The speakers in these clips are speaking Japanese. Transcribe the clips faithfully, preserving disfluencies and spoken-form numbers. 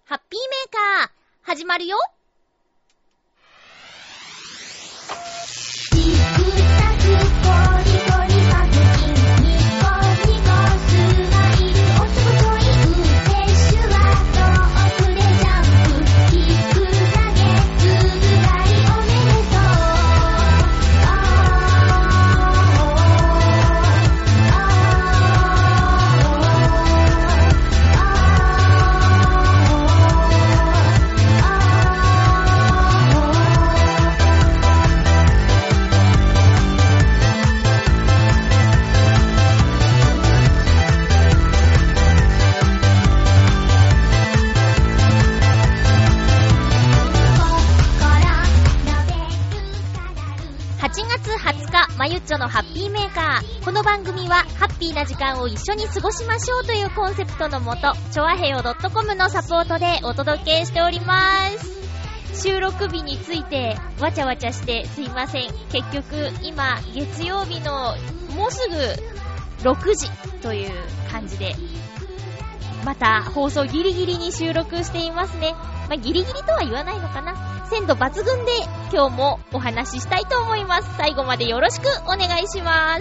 ハッピーメーカー始まるよ。はちがつはつか、まゆっちょのハッピーメーカー。この番組はハッピーな時間を一緒に過ごしましょうというコンセプトのもと、チョアヘヨ .com のサポートでお届けしております。収録日についてわちゃわちゃしてすいません。結局今月曜日のもうすぐろくじという感じで、また放送ギリギリに収録していますね。まあ、ギリギリとは言わないのかな。鮮度抜群で今日もお話ししたいと思います。最後までよろしくお願いします。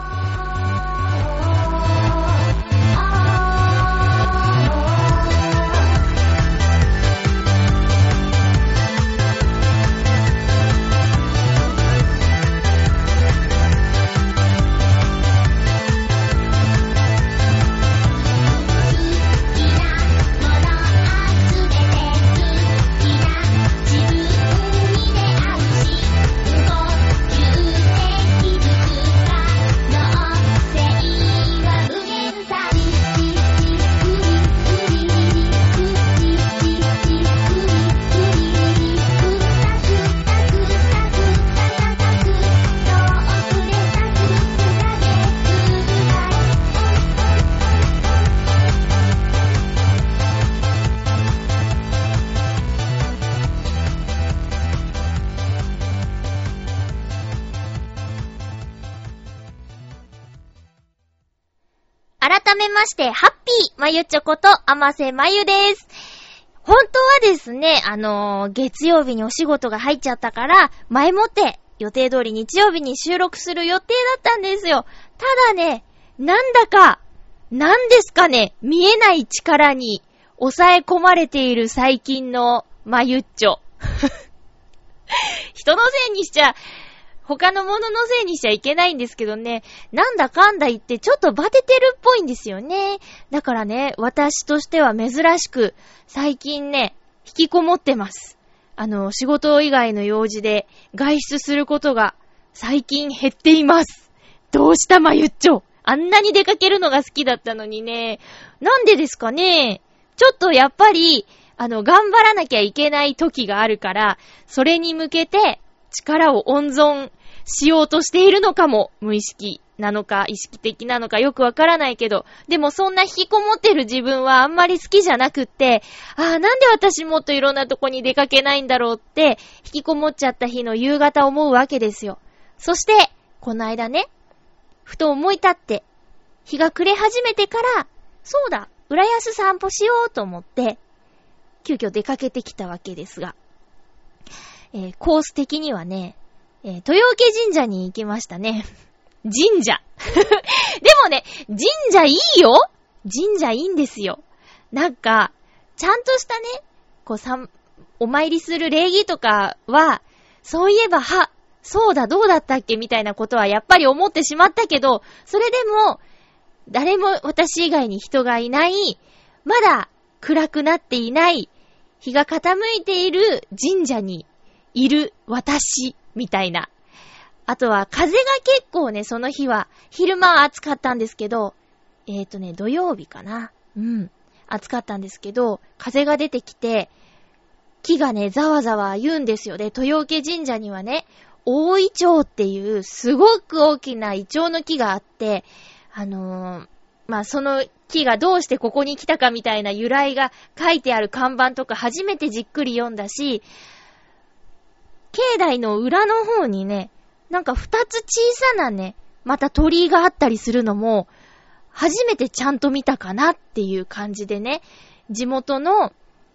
改めまして、ハッピーまゆちょこと甘瀬まゆです。本当はですね、あのー、月曜日にお仕事が入っちゃったから、前もって予定通り日曜日に収録する予定だったんですよ。ただね、なんだか、なんですかね、見えない力に抑え込まれている最近のまゆっちょ。人のせいにしちゃ、他のもののせいにしちゃいけないんですけどね、なんだかんだ言ってちょっとバテてるっぽいんですよね。だからね、私としては珍しく最近ね、引きこもってます。あの、仕事以外の用事で外出することが最近減っています。どうしたまゆっちょ。あんなに出かけるのが好きだったのにね。なんでですかね。ちょっとやっぱり、あの、頑張らなきゃいけない時があるから、それに向けて、力を温存しようとしているのかも。無意識なのか意識的なのかよくわからないけど、でもそんな引きこもってる自分はあんまり好きじゃなくって、ああ、なんで私もっといろんなとこに出かけないんだろうって引きこもっちゃった日の夕方思うわけですよ。そしてこの間ね、ふと思い立って日が暮れ始めてから、そうだ、浦安散歩しようと思って急遽出かけてきたわけですが、えー、コース的にはね、えー、豊受神社に行きましたね。神社。でもね、神社いいよ。神社いいんですよ。なんか、ちゃんとしたね、こうさん、お参りする礼儀とかは、そういえば、は、そうだ、どうだったっけみたいなことはやっぱり思ってしまったけど、それでも、誰も私以外に人がいない、まだ暗くなっていない、日が傾いている神社にいる私、みたいな。あとは風が結構ね、その日は昼間は暑かったんですけど、えーとね、土曜日かな。うん。暑かったんですけど、風が出てきて、木がね、ざわざわ言うんですよ。で、豊受神社にはね、大イチョウっていうすごく大きなイチョウの木があって、あのー、まあ、その木がどうしてここに来たかみたいな由来が書いてある看板とか初めてじっくり読んだし、境内の裏の方にね、なんか二つ小さなね、また鳥居があったりするのも、初めてちゃんと見たかなっていう感じでね、地元の、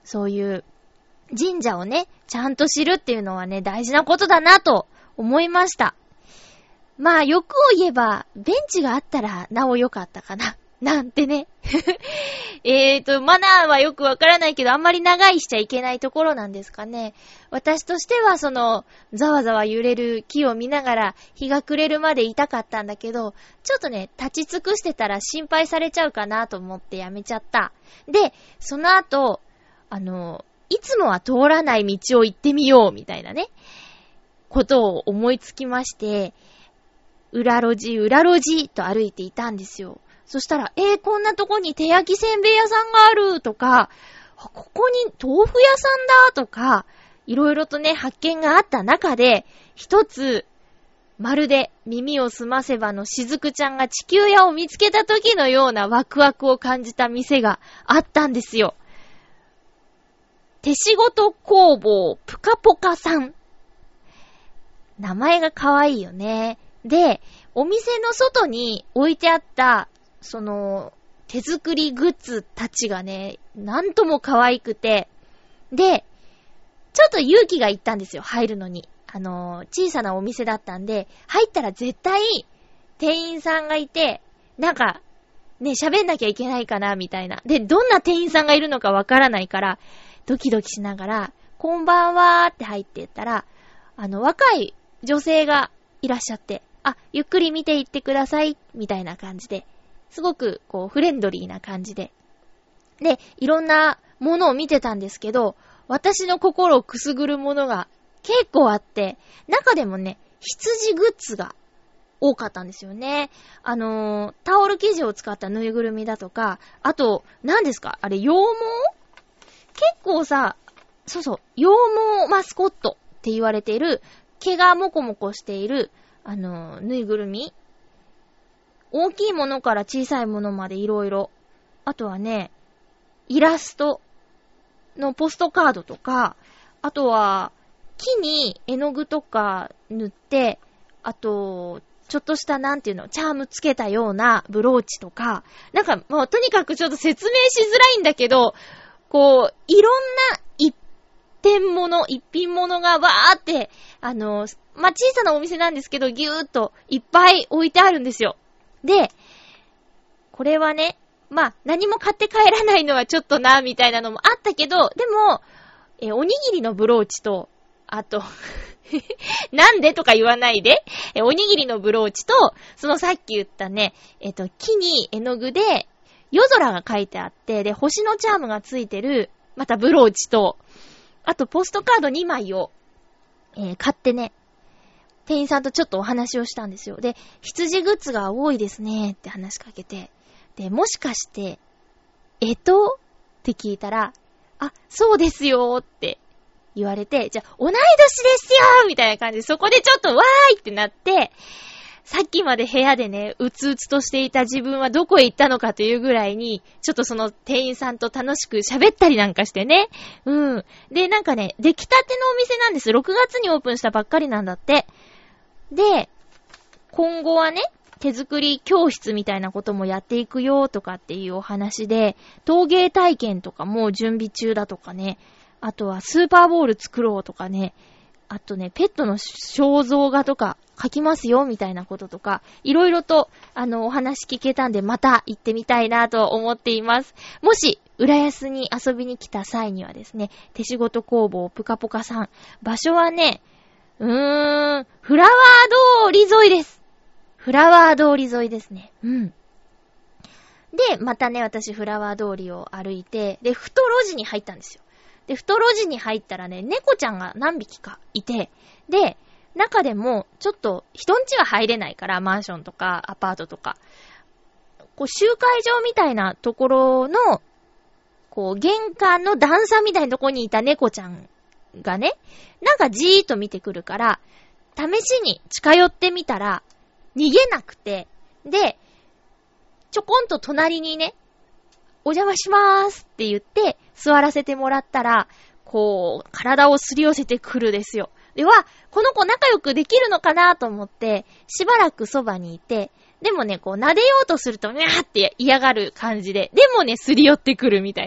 そういう神社をね、ちゃんと知るっていうのはね、大事なことだなと思いました。まあ、欲を言えば、ベンチがあったらなお良かったかな。なんてね。えーと、マナーはよくわからないけど、あんまり長いしちゃいけないところなんですかね。私としては、その、ざわざわ揺れる木を見ながら、日が暮れるまでいたかったんだけど、ちょっとね、立ち尽くしてたら心配されちゃうかなと思ってやめちゃった。で、その後、あの、いつもは通らない道を行ってみよう、みたいなね、ことを思いつきまして、裏路地、裏路地と歩いていたんですよ。そしたら、えー、こんなとこに手焼きせんべい屋さんがあるとか、ここに豆腐屋さんだとか、いろいろとね、発見があった中で、一つ、まるで耳をすませばのしずくちゃんが地球屋を見つけた時のようなワクワクを感じた店があったんですよ。手仕事工房ぷかぽかさん。名前が可愛いよね。で、お店の外に置いてあった、その、手作りグッズたちがね、なんとも可愛くて、で、ちょっと勇気がいったんですよ、入るのに。あの、小さなお店だったんで、入ったら絶対、店員さんがいて、なんか、ね、喋んなきゃいけないかな、みたいな。で、どんな店員さんがいるのかわからないから、ドキドキしながら、こんばんはーって入っていったら、あの、若い女性がいらっしゃって、あ、ゆっくり見ていってください、みたいな感じで、すごく、こう、フレンドリーな感じで。で、いろんなものを見てたんですけど、私の心をくすぐるものが結構あって、中でもね、羊グッズが多かったんですよね。あのー、タオル生地を使ったぬいぐるみだとか、あと、何ですかあれ、羊毛？結構さ、そうそう、羊毛マスコットって言われている、毛がモコモコしている、あのー、ぬいぐるみ？大きいものから小さいものまでいろいろ。あとはね、イラストのポストカードとか、あとは、木に絵の具とか塗って、あと、ちょっとしたなんていうの、チャームつけたようなブローチとか、なんかもうとにかくちょっと説明しづらいんだけど、こう、いろんな一点物、一品物がわーって、あの、まあ、小さなお店なんですけど、ぎゅーっといっぱい置いてあるんですよ。で、これはね、まあ、何も買って帰らないのはちょっとな、みたいなのもあったけど、でも、え、おにぎりのブローチと、あと、なんでとか言わないで、え、おにぎりのブローチと、そのさっき言ったね、えっと、木に絵の具で、夜空が書いてあって、で、星のチャームがついてる、またブローチと、あと、ポストカードにまいを、えー、買ってね、店員さんとちょっとお話をしたんですよ。で、羊グッズが多いですねって話しかけて、で、もしかして、えとって聞いたら、あ、そうですよって言われて、じゃあ、同い年ですよみたいな感じで、そこでちょっとわーいってなって、さっきまで部屋でね、うつうつとしていた自分はどこへ行ったのかというぐらいに、ちょっとその店員さんと楽しく喋ったりなんかしてね。うん。で、なんかね、出来たてのお店なんです。ろくがつにオープンしたばっかりなんだって。で、今後はね、手作り教室みたいなこともやっていくよとかっていうお話で、陶芸体験とかも準備中だとかね、あとはスーパーボール作ろうとかね、あとね、ペットの肖像画とか描きますよみたいなこととか、いろいろとあのお話聞けたんで、また行ってみたいなと思っています。もし浦安に遊びに来た際にはですね、手仕事工房ぷかぽかさん、場所はね、うーん、フラワー通り沿いです。フラワー通り沿いですね。うん。で、またね、私フラワー通りを歩いて、で、太路地に入ったんですよ。で、太路地に入ったらね、猫ちゃんが何匹かいて、で、中でも、ちょっと、人ん家は入れないから、マンションとか、アパートとか、こう、集会場みたいなところの、こう、玄関の段差みたいなところにいた猫ちゃんがね、なんかじーっと見てくるから、試しに近寄ってみたら、逃げなくて、で、ちょこんと隣にね、お邪魔しまーすって言って、座らせてもらったら、こう、体をすり寄せてくるですよ。では、この子仲良くできるのかなと思って、しばらくそばにいて、でもね、こう、撫でようとすると、にゃーって嫌がる感じで、でもね、すり寄ってくるみたいな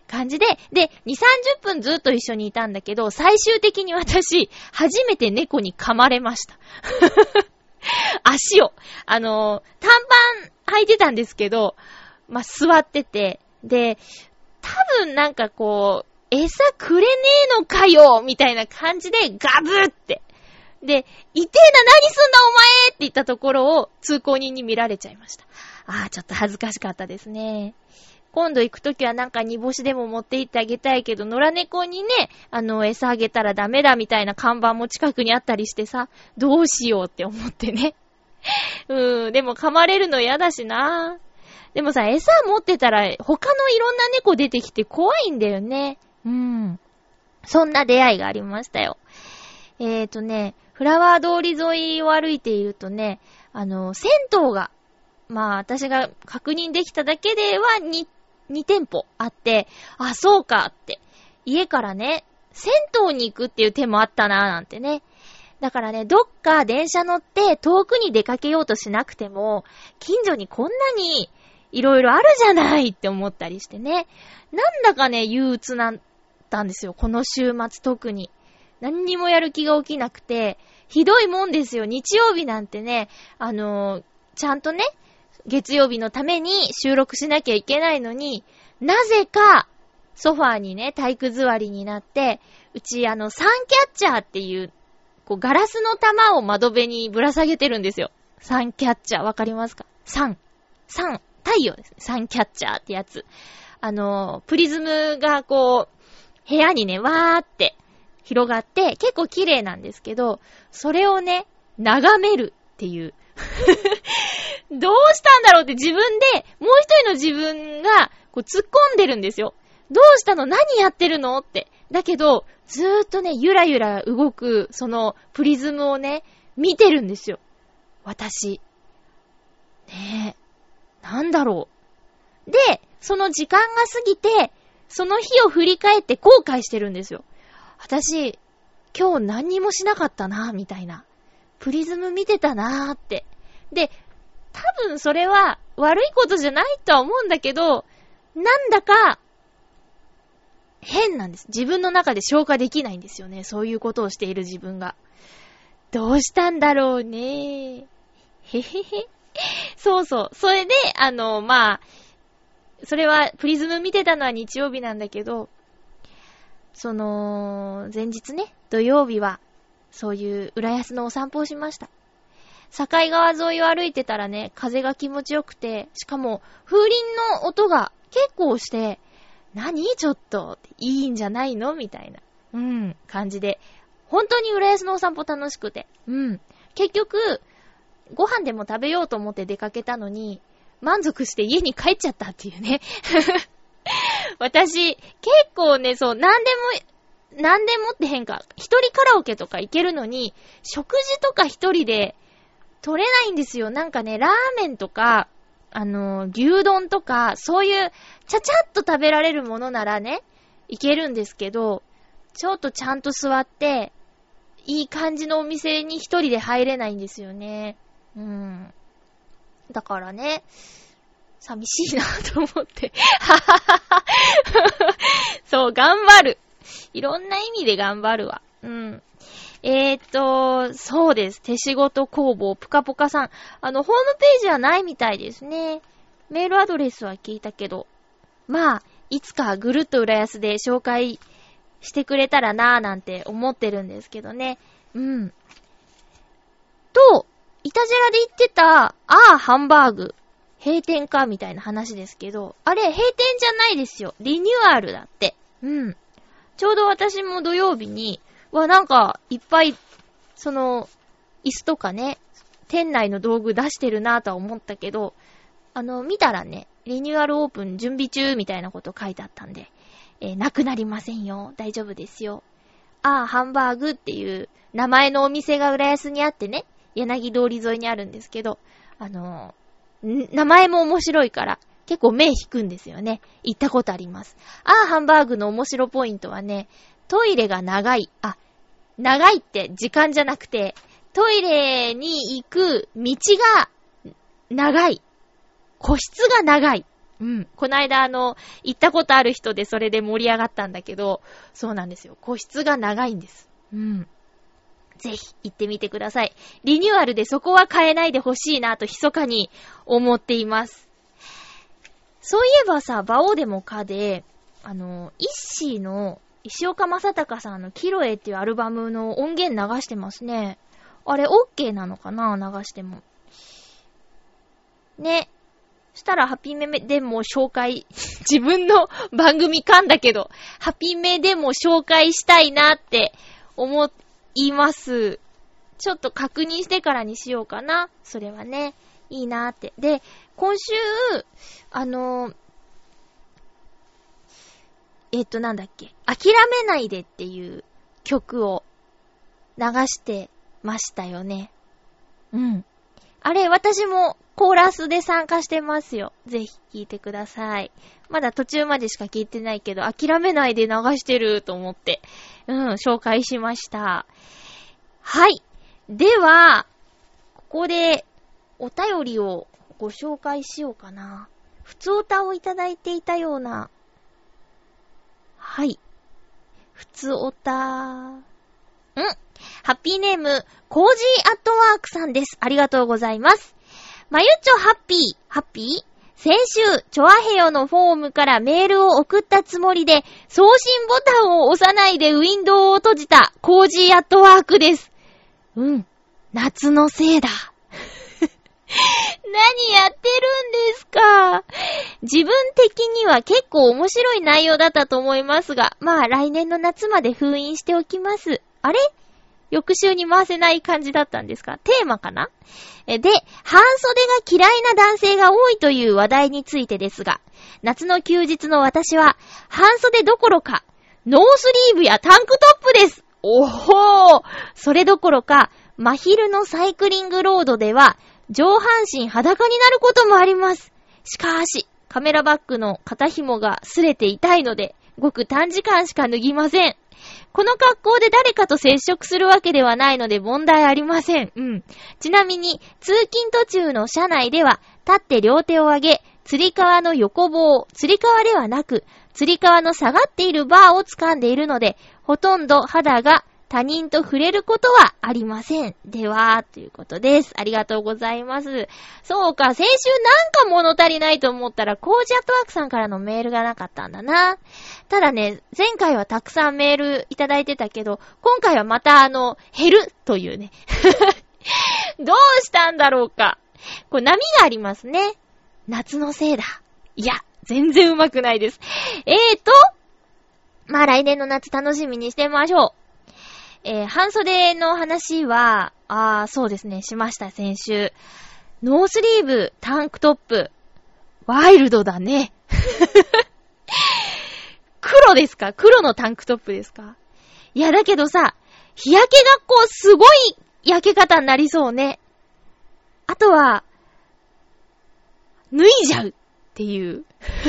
感じで、で、に、さんじゅっぷんずっと一緒にいたんだけど、最終的に私、初めて猫に噛まれました。足を。あのー、短パン履いてたんですけど、まあ、座ってて、で、多分なんかこう、餌くれねえのかよみたいな感じでガブって。で、いてえな、何すんだお前って言ったところを通行人に見られちゃいました。あー、ちょっと恥ずかしかったですね。今度行くときはなんか煮干しでも持って行ってあげたいけど、野良猫にね、あの、餌あげたらダメだみたいな看板も近くにあったりしてさ、どうしようって思ってね。うーん、でも噛まれるの嫌だしな。でもさ、餌持ってたら他のいろんな猫出てきて怖いんだよね。うん。そんな出会いがありましたよ。えーとね、フラワー通り沿いを歩いているとね、あの、銭湯が、まあ私が確認できただけでは 2, 2店舗あって、あ、そうかって。家からね、銭湯に行くっていう手もあったなぁなんてね。だからね、どっか電車乗って遠くに出かけようとしなくても、近所にこんなにいろいろあるじゃないって思ったりしてね。なんだかね、憂鬱なったんですよ。この週末特に。何にもやる気が起きなくて、ひどいもんですよ。日曜日なんてね、あのー、ちゃんとね、月曜日のために収録しなきゃいけないのに、なぜかソファーにね、体育座りになって、うちあの、サンキャッチャーっていう、こう、ガラスの玉を窓辺にぶら下げてるんですよ。サンキャッチャー、わかりますか？サン。サン。太陽ですね。サンキャッチャーってやつ。あの、プリズムがこう、部屋にね、わーって広がって、結構綺麗なんですけど、それをね、眺めるっていう。どうしたんだろうって自分で、もう一人の自分がこう突っ込んでるんですよ。どうしたの？何やってるの？って。だけど、ずーっとね、ゆらゆら動く、そのプリズムをね、見てるんですよ。私。ねえ。なんだろう。で、その時間が過ぎて、その日を振り返って後悔してるんですよ。私、今日何にもしなかったな、みたいな。プリズム見てたなーって。で、多分それは悪いことじゃないとは思うんだけど、なんだか変なんです。自分の中で消化できないんですよね。そういうことをしている自分が。どうしたんだろうね。へへへ。そうそう。それで、あの、まあ、それはプリズム見てたのは日曜日なんだけど、その、前日ね、土曜日は、そういう浦安のお散歩をしました。境川沿いを歩いてたらね、風が気持ちよくて、しかも風鈴の音が結構して、何ちょっと、いいんじゃないのみたいな、うん、感じで。本当に浦安のお散歩楽しくて。うん。結局、ご飯でも食べようと思って出かけたのに、満足して家に帰っちゃったっていうね。私、結構ね、そう、なんでも、なんでもって変か、一人カラオケとか行けるのに、食事とか一人で取れないんですよ。なんかね、ラーメンとか、あの、牛丼とか、そういう、ちゃちゃっと食べられるものならね、いけるんですけど、ちょっとちゃんと座って、いい感じのお店に一人で入れないんですよね。うん。だからね、寂しいなと思って。そう、頑張る。いろんな意味で頑張るわ。うん。えーっと、そうです。手仕事工房ぷかぽかさん。あの、ホームページはないみたいですね。メールアドレスは聞いたけど。まあ、いつかぐるっと浦安で紹介してくれたらなぁなんて思ってるんですけどね。うん。と、イタジェラで言ってた、あーハンバーグ。閉店かみたいな話ですけど、あれ閉店じゃないですよ。リニューアルだって。うん。ちょうど私も土曜日に、わ、なんかいっぱい、その、椅子とかね、店内の道具出してるなぁとは思ったけど、あの、見たらね、リニューアルオープン準備中みたいなこと書いてあったんで、えー、なくなりませんよ。大丈夫ですよ。あーハンバーグっていう名前のお店が浦安にあってね、柳通り沿いにあるんですけど、あのー、名前も面白いから結構目引くんですよね。行ったことあります。あーハンバーグの面白ポイントはね、トイレが長い。あ、長いって時間じゃなくて、トイレに行く道が長い。個室が長い。 うん。こないだあの、行ったことある人でそれで盛り上がったんだけど、そうなんですよ。個室が長いんです。うん。ぜひ行ってみてください。リニューアルでそこは変えないでほしいなと密かに思っています。そういえばさ、バオでもかで、あの、イッシーの石岡正隆さんのキロエっていうアルバムの音源流してますね。あれ OK なのかな、流しても。ね。したらハピメでも紹介、自分の番組噛んだけど、ハピメでも紹介したいなって思います。ちょっと確認してからにしようかな。それはね、いいなって。で、今週、あの、えっとなんだっけ、諦めないでっていう曲を流してましたよね。うん。あれ、私もコーラスで参加してますよ。ぜひ聴いてください。まだ途中までしか聴いてないけど、諦めないで流してると思って、うん、紹介しました。はい。では、ここでお便りをご紹介しようかな。ふつおたをいただいていたような。はい。ふつおた。んハッピーネーム、コージーアットワークさんです。ありがとうございます。まゆちょハッピー、ハッピー先週、チョアヘヨのフォームからメールを送ったつもりで、送信ボタンを押さないでウィンドウを閉じたコージーアットワークです。うん。夏のせいだ。何やってるんですか。自分的には結構面白い内容だったと思いますが、まあ来年の夏まで封印しておきます。あれ？翌週に回せない感じだったんですか？テーマかな？で、半袖が嫌いな男性が多いという話題についてですが、夏の休日の私は半袖どころかノースリーブやタンクトップです。おほー。それどころか真昼のサイクリングロードでは上半身裸になることもあります。しかし、カメラバッグの肩紐が擦れて痛いので、ごく短時間しか脱ぎません。この格好で誰かと接触するわけではないので問題ありません。うん。ちなみに、通勤途中の車内では、立って両手を上げ、つり革の横棒、つり革ではなく、つり革の下がっているバーを掴んでいるので、ほとんど肌が他人と触れることはありません。では、ということです。ありがとうございます。そうか、先週なんか物足りないと思ったら、コージアットワークさんからのメールがなかったんだな。ただね、前回はたくさんメールいただいてたけど、今回はまたあの、減るというね。どうしたんだろうか。これ波がありますね。夏のせいだ。いや、全然うまくないです。えーと、まあ来年の夏楽しみにしてみましょう。えー、半袖の話は、あー、そうですね、しました、先週。ノースリーブ、タンクトップ。ワイルドだね。黒ですか？黒のタンクトップですか？いや、だけどさ、日焼けがこう、すごい焼け方になりそうね。あとは、脱いじゃうっていう。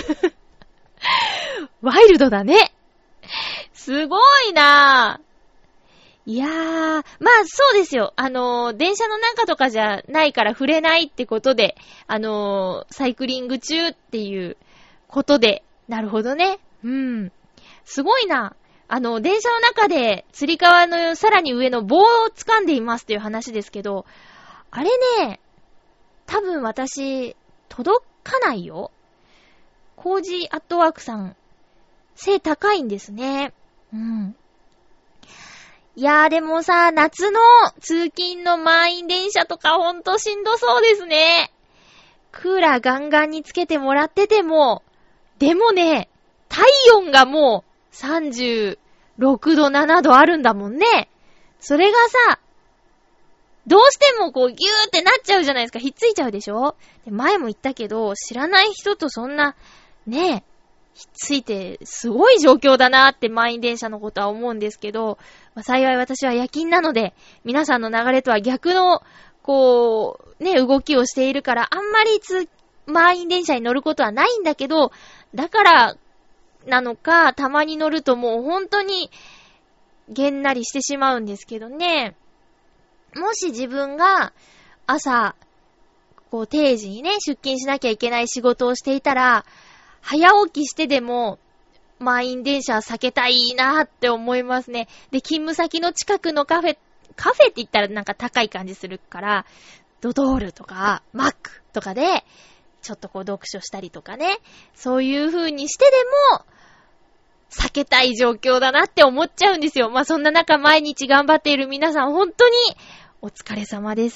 ワイルドだね。すごいなぁ。いやー、まあそうですよ。あのー、電車の中とかじゃないから触れないってことで、あのー、サイクリング中っていうことで、なるほどね。うん。すごいな。あの、電車の中でつり革のさらに上の棒を掴んでいますっていう話ですけど、あれね、多分私、届かないよ。コージーアットワークさん、背高いんですね。うん。いやーでもさ、夏の通勤の満員電車とかほんとしんどそうですね。クーラーガンガンにつけてもらってても、でもね、体温がもうさんじゅうろくど、ななどあるんだもんね。それがさ、どうしてもこうギューってなっちゃうじゃないですか。ひっついちゃうでしょ。で、前も言ったけど、知らない人とそんな、ね、ひっついてすごい状況だなって満員電車のことは思うんですけど、まあ、幸い私は夜勤なので皆さんの流れとは逆のこうね動きをしているからあんまりつ満員電車に乗ることはないんだけど、だからなのかたまに乗るともう本当にげんなりしてしまうんですけどね。もし自分が朝こう定時にね出勤しなきゃいけない仕事をしていたら早起きしてでも、満員電車避けたいなって思いますね。で、勤務先の近くのカフェ、カフェって言ったらなんか高い感じするから、ドドールとか、マックとかで、ちょっとこう読書したりとかね。そういう風にしてでも、避けたい状況だなって思っちゃうんですよ。まあ、そんな中毎日頑張っている皆さん、本当にお疲れ様です。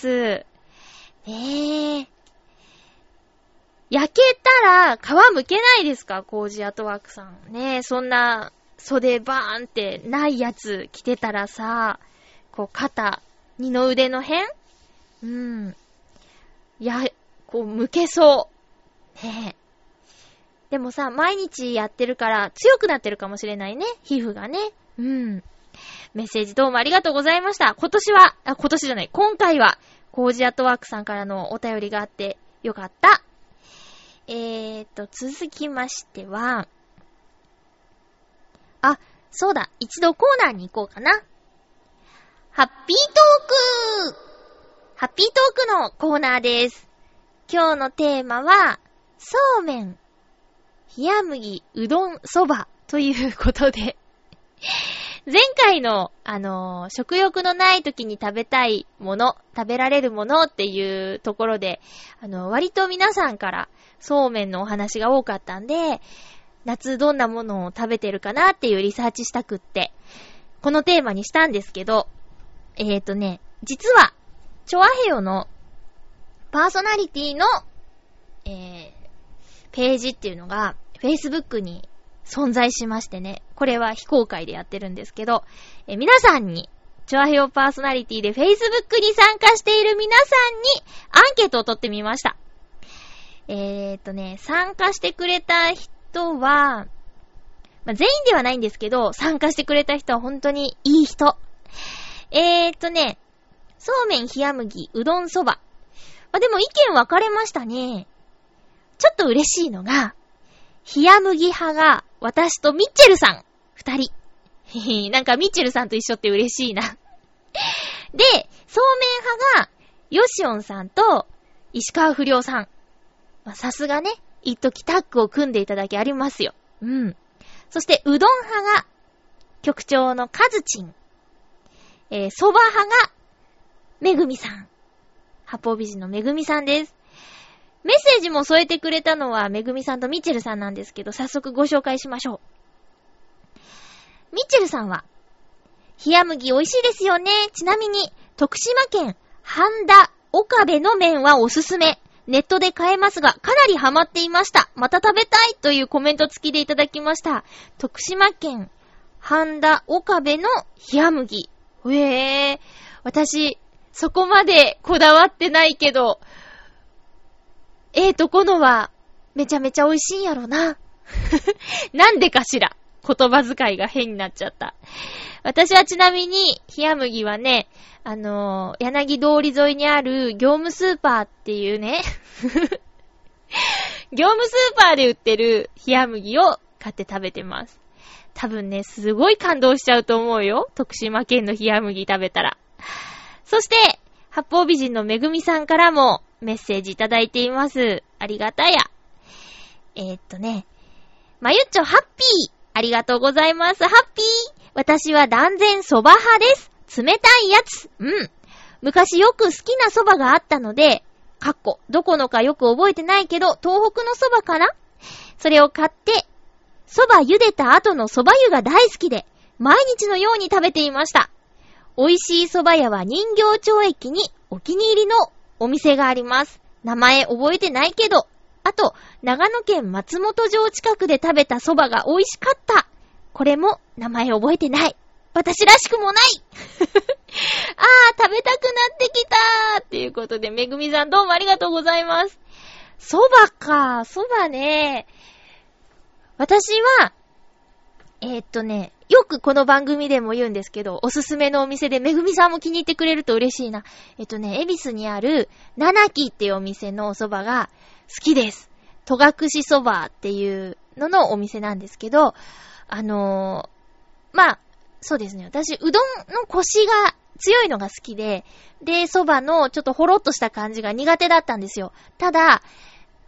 ねえ。焼けたら皮むけないですか？コージアートワークさん。ねえ、そんな袖バーンってないやつ着てたらさ、こう肩、二の腕の辺？うん。や、こうむけそう。ねえ。でもさ、毎日やってるから強くなってるかもしれないね。皮膚がね。うん。メッセージどうもありがとうございました。今年は、あ、今年じゃない、今回は、コージアットワークさんからのお便りがあってよかった。えーと、続きましては、あ、そうだ、一度コーナーに行こうかな。ハッピートークハッピートークのコーナーです。今日のテーマは、そうめん、冷麦、うどん、そばということで前回の、あのー、食欲のない時に食べたいもの、食べられるものっていうところで、あのー、割と皆さんからそうめんのお話が多かったんで、夏どんなものを食べてるかなっていうリサーチしたくって、このテーマにしたんですけど、えーとね、実は、チョアヘヨのパーソナリティの、えー、ページっていうのが Facebook に存在しましてね、これは非公開でやってるんですけど、え皆さんにチョアヘヨパーソナリティで Facebook に参加している皆さんにアンケートを取ってみました。えーっとね、参加してくれた人は、まあ、全員ではないんですけど、参加してくれた人は本当にいい人。えーっとね、そうめん、冷麦、うどん、そば。まあ、でも意見分かれましたね。ちょっと嬉しいのが、冷麦派が私とミッチェルさん、二人。なんかミッチェルさんと一緒って嬉しいな。で、そうめん派が、ヨシオンさんと石川不良さん。まあ、さすがね、一時タッグを組んでいただきありますよ。うん。そして、うどん派が、局長のカズチン。えー、そば派が、めぐみさん。八方美人のめぐみさんです。メッセージも添えてくれたのはめぐみさんとミッチェルさんなんですけど、早速ご紹介しましょう。ミッチェルさんは、冷麦美味しいですよね。ちなみに、徳島県半田岡部の麺はおすすめ。ネットで買えますが、かなりハマっていました。また食べたいというコメント付きでいただきました。徳島県半田岡部の冷麦。へぇー。私、そこまでこだわってないけど、ええとこのは、めちゃめちゃ美味しいんやろな。なんでかしら。言葉遣いが変になっちゃった。私はちなみに、冷麦はね、あのー、柳通り沿いにある業務スーパーっていうね、業務スーパーで売ってる冷麦を買って食べてます。多分ね、すごい感動しちゃうと思うよ。徳島県の冷麦食べたら。そして、八方美人のめぐみさんからもメッセージいただいています。ありがたや。えー、っとね、まゆっちょハッピー。ありがとうございます。ハッピー。私は断然蕎麦派です。冷たいやつ。うん。昔よく好きな蕎麦があったので、かっこ、どこのかよく覚えてないけど、東北の蕎麦かな？それを買って、蕎麦茹でた後の蕎麦湯が大好きで、毎日のように食べていました。美味しい蕎麦屋は人形町駅にお気に入りのお店があります。名前覚えてないけど、あと、長野県松本城近くで食べた蕎麦が美味しかった。これも名前覚えてない。私らしくもないあー、食べたくなってきたーっていうことで、めぐみさんどうもありがとうございます。蕎麦か、蕎麦ね。私は、えー、っとね、よくこの番組でも言うんですけど、おすすめのお店でめぐみさんも気に入ってくれると嬉しいな。えっとね、恵比寿にある七木っていうお店のお蕎麦が好きです。戸隠蕎麦っていうののお店なんですけど、あのー、まあ、そうですね。私、うどんのコシが強いのが好きで、で、蕎麦のちょっとほろっとした感じが苦手だったんですよ。ただ、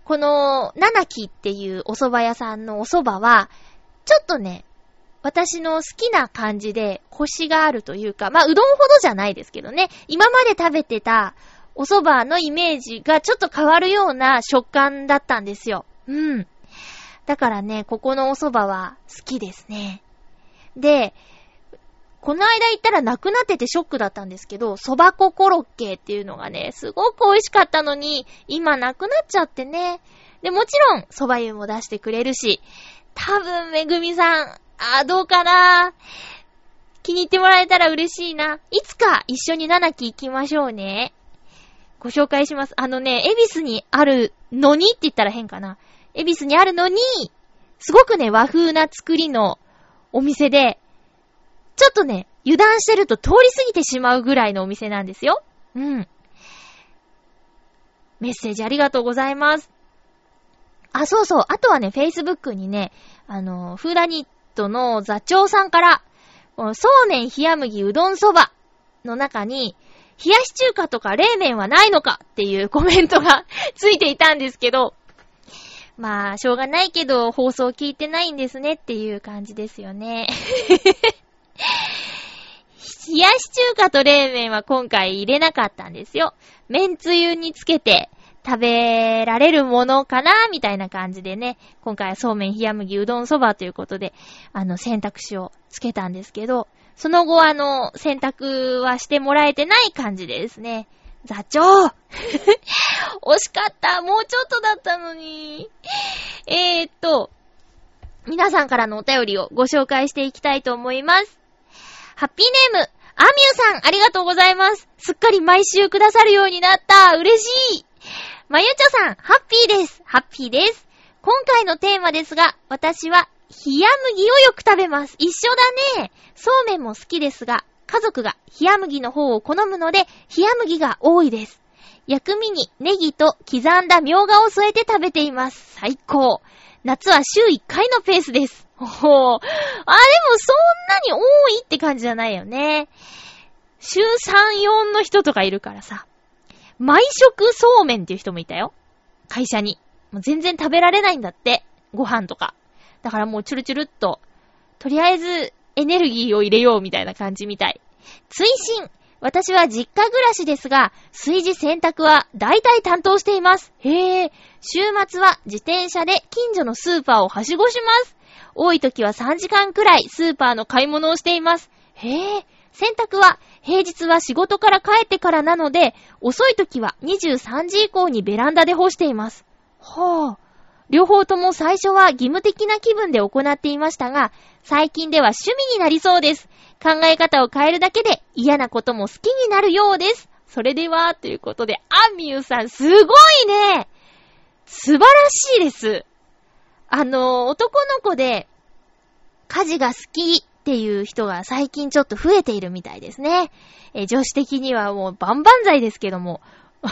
この、ななきっていうお蕎麦屋さんのお蕎麦は、ちょっとね、私の好きな感じで、コシがあるというか、まあ、うどんほどじゃないですけどね、今まで食べてたお蕎麦のイメージがちょっと変わるような食感だったんですよ。うん。だからね、ここのお蕎麦は好きですね。で、この間行ったらなくなっててショックだったんですけど、蕎麦粉コロッケっていうのがね、すごく美味しかったのに、今なくなっちゃってね。で、もちろん、蕎麦湯も出してくれるし、多分、めぐみさん、あー、どうかな、気に入ってもらえたら嬉しいな。いつか一緒にななき行きましょうね。ご紹介します。あのね、恵比寿にあるのにって言ったら変かな。恵比寿にあるのに、すごくね、和風な作りのお店で、ちょっとね、油断してると通り過ぎてしまうぐらいのお店なんですよ。うん。メッセージありがとうございます。あ、そうそう。あとはね、Facebook にね、あの、フーダニットの座長さんから、このそうめん冷や麦うどんそばの中に、冷やし中華とか冷麺はないのかっていうコメントがついていたんですけど、まあ、しょうがないけど、放送聞いてないんですねっていう感じですよね。冷やし中華と冷麺は今回入れなかったんですよ。麺つゆにつけて食べられるものかなみたいな感じでね、今回はそうめん冷や麦うどんそばということで、あの選択肢をつけたんですけど、その後あの選択はしてもらえてない感じでですね、座長惜しかった、もうちょっとだったのに。えーっと皆さんからのお便りをご紹介していきたいと思います。ハッピーネームアミューさん、ありがとうございます。すっかり毎週くださるようになった。嬉しい。まゆちょさん、ハッピーです。ハッピーです。今回のテーマですが、私は冷や麦をよく食べます。一緒だね。そうめんも好きですが、家族が冷や麦の方を好むので、冷や麦が多いです。薬味にネギと刻んだみょうがを添えて食べています。最高。夏は週いっかいのペースです。おほー。あ、でもそんなに多いって感じじゃないよね。週さん、よんの人とかいるからさ。毎食そうめんっていう人もいたよ。会社に。もう全然食べられないんだって。ご飯とか。だからもうチュルチュルっと。とりあえずエネルギーを入れようみたいな感じみたい。追伸。私は実家暮らしですが、炊事洗濯は大体担当しています。へえ。週末は自転車で近所のスーパーをはしごします。多い時はさんじかんくらいスーパーの買い物をしています。へえ。洗濯は平日は仕事から帰ってからなので、遅い時はにじゅうさんじ以降にベランダで干しています。はあ。両方とも最初は義務的な気分で行っていましたが、最近では趣味になりそうです。考え方を変えるだけで嫌なことも好きになるようです。それでは、ということで、アミューさん、すごいね。素晴らしいです。あの、男の子で家事が好きっていう人が最近ちょっと増えているみたいですね。え、女子的にはもうバンバン剤ですけども。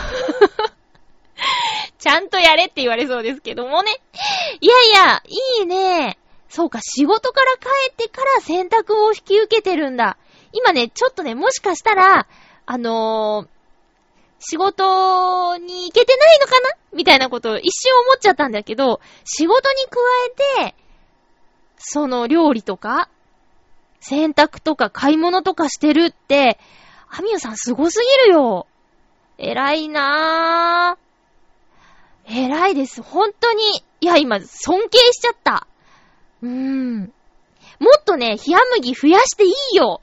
ちゃんとやれって言われそうですけどもね。いやいや、いいね。そうか、仕事から帰ってから洗濯を引き受けてるんだ。今ね、ちょっとね、もしかしたら、あのー、仕事に行けてないのかなみたいなことを一瞬思っちゃったんだけど、仕事に加えて、その料理とか、洗濯とか買い物とかしてるって、アミューさんすごすぎるよ。偉いなぁ。偉いです。本当に。いや、今、尊敬しちゃった。うーん。もっとね、冷や麦増やしていいよ。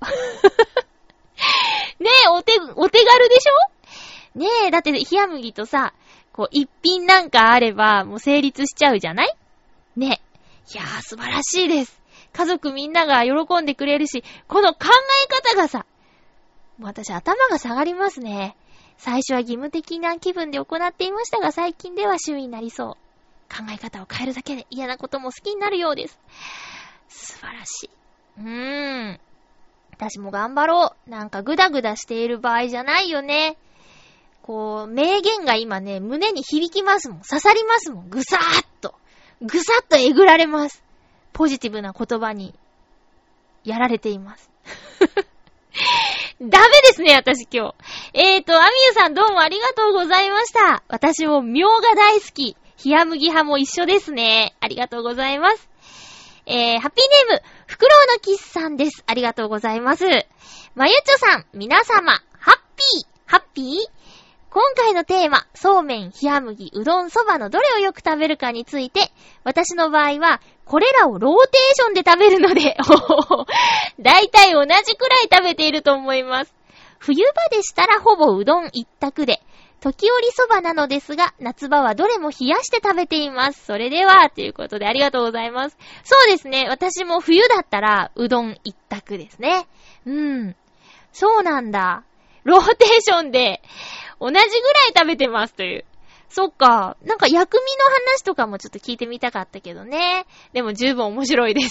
ねえ、お手、お手軽でしょ？ねえ、だって冷や麦とさ、こう、一品なんかあれば、もう成立しちゃうじゃない？ねえ。いやー、素晴らしいです。家族みんなが喜んでくれるし、この考え方がさ、もう私頭が下がりますね。最初は義務的な気分で行っていましたが、最近では趣味になりそう。考え方を変えるだけで嫌なことも好きになるようです。素晴らしい。うーん。私も頑張ろう。なんかグダグダしている場合じゃないよね。こう、名言が今ね、胸に響きますもん。刺さりますもん。ぐさーっと。ぐさっとえぐられます。ポジティブな言葉にやられています。ダメですね、私今日。えーと、アミユさんどうもありがとうございました。私もみょうが大好き。 冷麦派も一緒ですね。ありがとうございます。えー、ハッピーネーム、フクロウのキスさんです。ありがとうございます。まゆちょさん、皆様、ハッピー、ハッピー？今回のテーマ、そうめん、冷麦、うどん、そばのどれをよく食べるかについて、私の場合は、これらをローテーションで食べるので、だいたい同じくらい食べていると思います。冬場でしたらほぼうどん一択で、時折そばなのですが、夏場はどれも冷やして食べています。それでは、ということでありがとうございます。そうですね。私も冬だったらうどん一択ですね。うん。そうなんだ。ローテーションで同じぐらい食べてますという。そっか。なんか薬味の話とかもちょっと聞いてみたかったけどね。でも十分面白いです。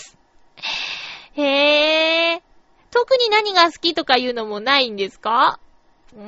へー。特に何が好きとかいうのもないんですか？うん。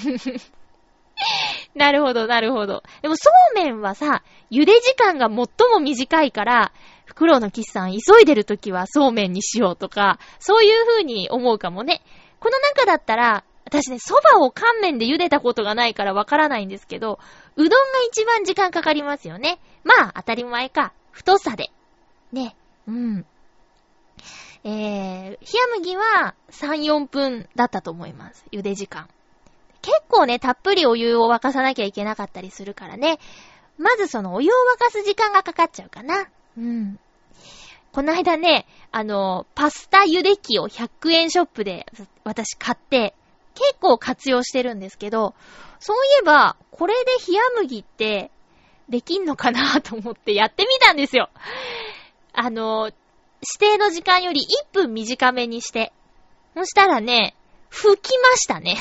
なるほど、なるほど。でもそうめんはさ、茹で時間が最も短いから、フクロウのキスさん急いでるときはそうめんにしようとか、そういう風に思うかもね。この中だったら、私ね、蕎麦を乾麺で茹でたことがないからわからないんですけど、うどんが一番時間かかりますよね。まあ、当たり前か。太さで。ね。うん。えー、冷麦はさん、よんぷんだったと思います。茹で時間。結構ね、たっぷりお湯を沸かさなきゃいけなかったりするからね。まずそのお湯を沸かす時間がかかっちゃうかな。うん。この間ね、あの、パスタ茹で器をひゃくえんショップで私買って、結構活用してるんですけど、そういえば、これで冷麦ってできんのかなと思ってやってみたんですよ。あの、指定の時間よりいっぷん短めにして。そしたらね、吹きましたね。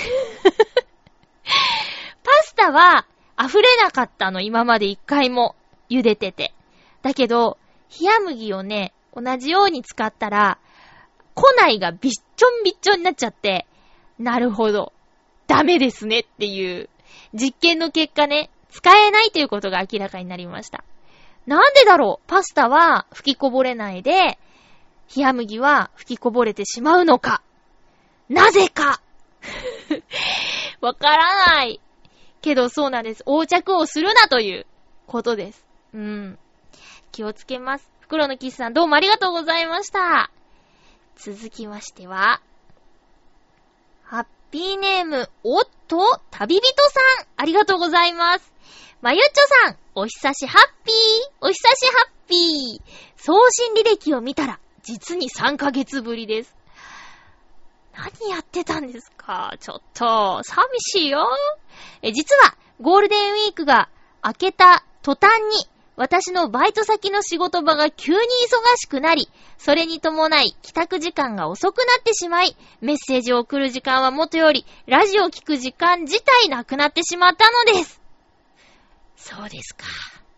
パスタは溢れなかったの、今まで一回も茹でてて。だけど、冷麦をね、同じように使ったら、庫内がびっちょんびっちょんになっちゃって、なるほど。ダメですねっていう実験の結果ね、使えないということが明らかになりました。なんでだろう？パスタは吹きこぼれないで、冷麦は吹きこぼれてしまうのか。なぜかわからない。けどそうなんです。横着をするなということです。うん。気をつけます。フクロウのキスさんどうもありがとうございました。続きましては、ハッピーネーム、おっと、旅人さん、ありがとうございます。まゆっちょさん、お久しハッピー、お久しハッピー。送信履歴を見たら、実にさんかげつぶりです。何やってたんですか？ちょっと、寂しいよ。え、実は、ゴールデンウィークが明けた途端に、私のバイト先の仕事場が急に忙しくなり、それに伴い帰宅時間が遅くなってしまい、メッセージを送る時間はもとより、ラジオを聞く時間自体なくなってしまったのです。そうですか。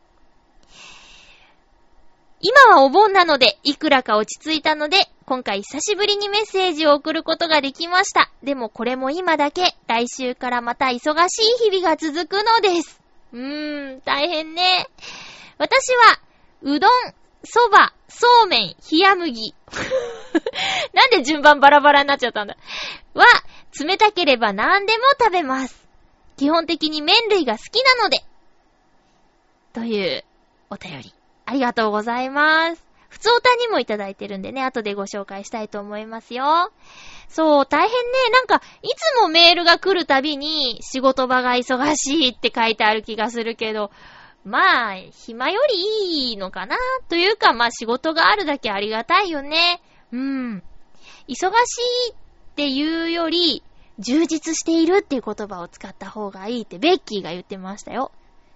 今はお盆なので、いくらか落ち着いたので、今回久しぶりにメッセージを送ることができました。でもこれも今だけ、来週からまた忙しい日々が続くのです。うーん、大変ね。私は、うどん、そば、そうめん、冷麦。なんで順番バラバラになっちゃったんだ。は、冷たければ何でも食べます。基本的に麺類が好きなので。というお便り。ありがとうございます。普通おたにもいただいてるんでね、後でご紹介したいと思いますよ。そう、大変ね。なんか、いつもメールが来るたびに、仕事場が忙しいって書いてある気がするけど、まあ、暇よりいいのかなというか、まあ仕事があるだけありがたいよね。うん。忙しいっていうより、充実しているっていう言葉を使った方がいいってベッキーが言ってましたよ。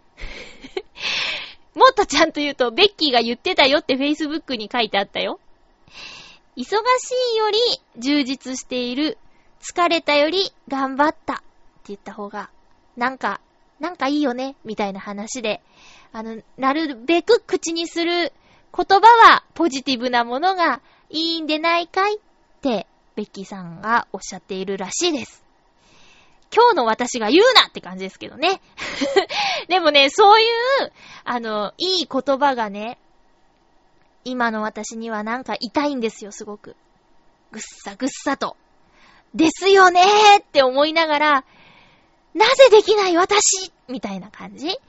もっとちゃんと言うと、ベッキーが言ってたよって Facebook に書いてあったよ。忙しいより充実している。疲れたより頑張ったって言った方が、なんか、なんかいいよねみたいな話で、あの、なるべく口にする言葉はポジティブなものがいいんでないかいってベッキーさんがおっしゃっているらしいです。今日の私が言うなって感じですけどね。でもね、そういうあのいい言葉がね、今の私にはなんか痛いんですよ、すごく。ぐっさぐっさと。ですよねーって思いながら、なぜできない私みたいな感じ。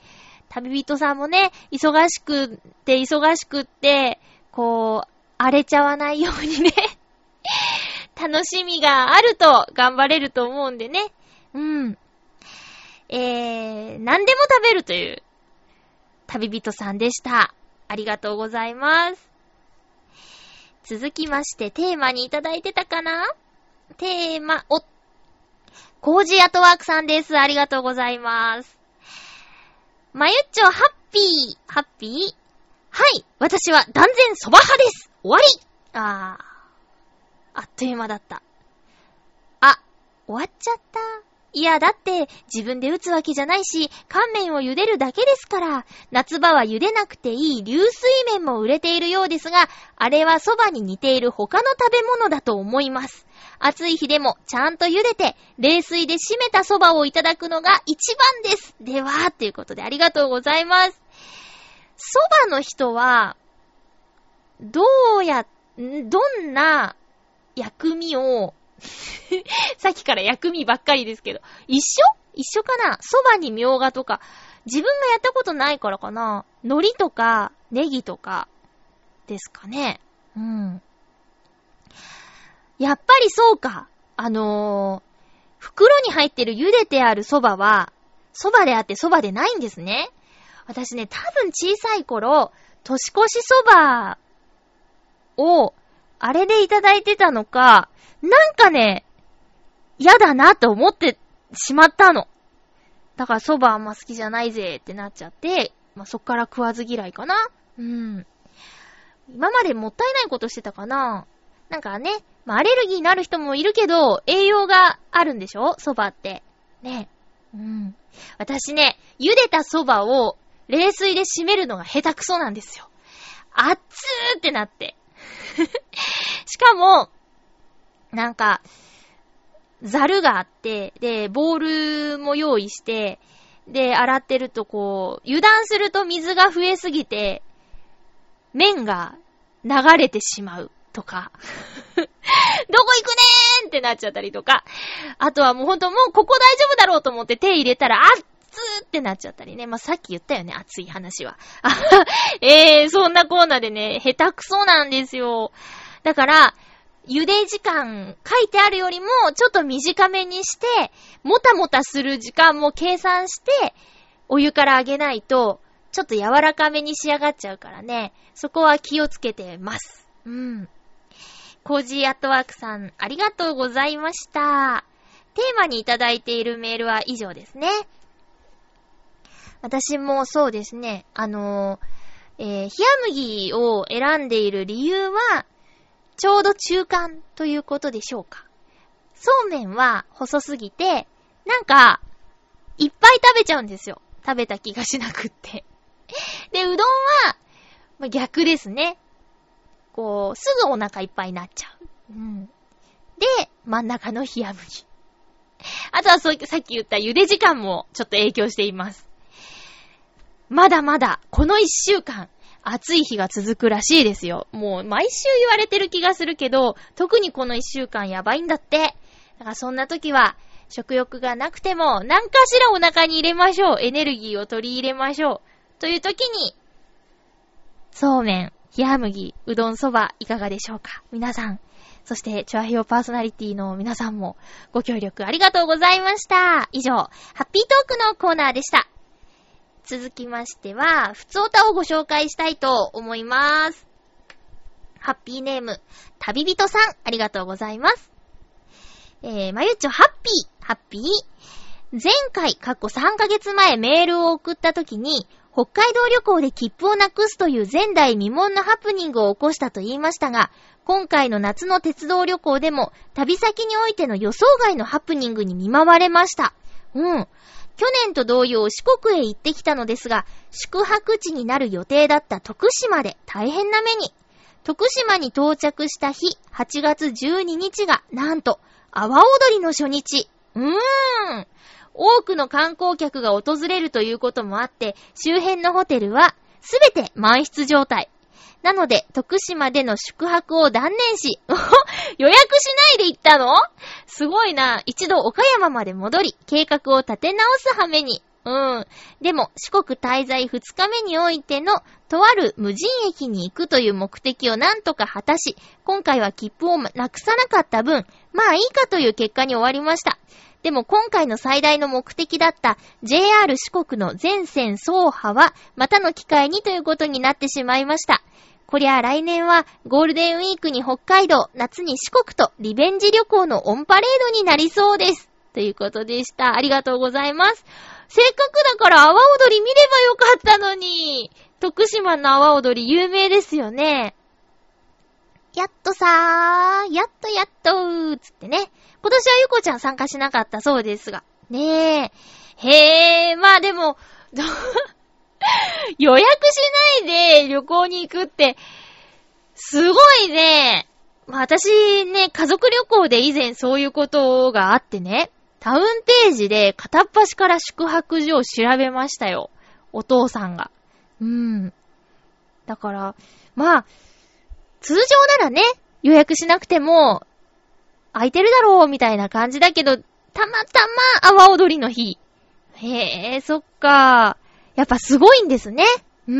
旅人さんもね、忙しくって忙しくって、こう、荒れちゃわないようにね、楽しみがあると頑張れると思うんでね。うん。えー、何でも食べるという旅人さんでした。ありがとうございます。続きましてテーマにいただいてたかな？テーマ、お、コージーアットワークさんです。ありがとうございます。まゆっちょ、ハッピー、ハッピー？はい、私は断然そば派です。終わり。あー、あっという間だった。あ、終わっちゃった。いや、だって、自分で打つわけじゃないし、乾麺を茹でるだけですから、夏場は茹でなくていい流水麺も売れているようですが、あれは蕎麦に似ている他の食べ物だと思います。暑い日でもちゃんと茹でて、冷水で締めた蕎麦をいただくのが一番です。では、ということでありがとうございます。蕎麦の人は、どうや、どんな薬味を、さっきから薬味ばっかりですけど、一緒？一緒かな？蕎麦にみょうがとか、自分がやったことないからかな。海苔とか、ネギとか、ですかね。うん。やっぱりそうか。あのー、袋に入ってる茹でてある蕎麦は、蕎麦であって蕎麦でないんですね。私ね、多分小さい頃、年越し蕎麦を、あれでいただいてたのか、なんかね、嫌だなと思ってしまったの。だから蕎麦あんま好きじゃないぜってなっちゃって、まあ、そっから食わず嫌いかな。うん。今までもったいないことしてたかな。なんかね、まあ、アレルギーになる人もいるけど、栄養があるんでしょ？蕎麦って。ね。うん。私ね、茹でた蕎麦を冷水で締めるのが下手くそなんですよ。熱ーってなって。しかも、なんか、ザルがあって、で、ボールも用意して、で、洗ってるとこう、油断すると水が増えすぎて、麺が流れてしまうとか、どこ行くねーんってなっちゃったりとか、あとはもうほんともうここ大丈夫だろうと思って手入れたら、熱ーってなっちゃったりね。まあ、さっき言ったよね、熱い話は。えー、そんなコーナーでね、下手くそなんですよ。だから、茹で時間書いてあるよりもちょっと短めにして、もたもたする時間も計算して、お湯からあげないと、ちょっと柔らかめに仕上がっちゃうからね。そこは気をつけてます。うん。コージーアットワークさん、ありがとうございました。テーマにいただいているメールは以上ですね。私もそうですね、あのー、えー、冷麦を選んでいる理由は、ちょうど中間ということでしょうか。そうめんは細すぎて、なんか、いっぱい食べちゃうんですよ。食べた気がしなくって。で、うどんは、まあ、逆ですね。こう、すぐお腹いっぱいになっちゃう。うん。で、真ん中の冷麦。あとはそう、さっき言った茹で時間もちょっと影響しています。まだまだ、この一週間、暑い日が続くらしいですよ。もう毎週言われてる気がするけど、特にこの一週間やばいんだって。だからそんな時は、食欲がなくても何かしらお腹に入れましょう。エネルギーを取り入れましょう。という時に、そうめん、冷麦、うどんそばいかがでしょうか。皆さん、そしてチョアヘヨパーソナリティの皆さんもご協力ありがとうございました。以上、ハッピートークのコーナーでした。続きましては、ふつおたをご紹介したいと思います。ハッピーネーム、旅人さん、ありがとうございます。えー、まゆっちょ、ハッピー、ハッピー。前回、過去さんかげつまえメールを送った時に、北海道旅行で切符をなくすという前代未聞のハプニングを起こしたと言いましたが、今回の夏の鉄道旅行でも、旅先においての予想外のハプニングに見舞われました。うん。去年と同様四国へ行ってきたのですが、宿泊地になる予定だった徳島で大変な目に。徳島に到着した日、はちがつじゅうににちが、なんと、阿波踊りの初日。うーん。多くの観光客が訪れるということもあって、周辺のホテルはすべて満室状態。なので、徳島での宿泊を断念し、予約しないで行ったの？すごいな。一度岡山まで戻り、計画を立て直す羽目に。 うん。でも、四国滞在ふつかめにおいての、とある無人駅に行くという目的をなんとか果たし、今回は切符をなくさなかった分、まあいいかという結果に終わりました。でも今回の最大の目的だった ジェイアール 四国の全線走破は、またの機会にということになってしまいました。こりゃ来年はゴールデンウィークに北海道、夏に四国とリベンジ旅行のオンパレードになりそうです。ということでした。ありがとうございます。せっかくだから阿波踊り見ればよかったのに。徳島の阿波踊り有名ですよね。やっとさー、やっとやっとー、つってね。今年はゆこちゃん参加しなかったそうですが。ねえ。へえ、まあでも、予約しないで旅行に行くって、すごいね。まあ私ね、家族旅行で以前そういうことがあってね、タウンページで片っ端から宿泊所を調べましたよ。お父さんが。うん。だから、まあ、通常ならね、予約しなくても、空いてるだろうみたいな感じだけど、たまたま阿波踊りの日。へえ、そっか。やっぱすごいんですね。うん。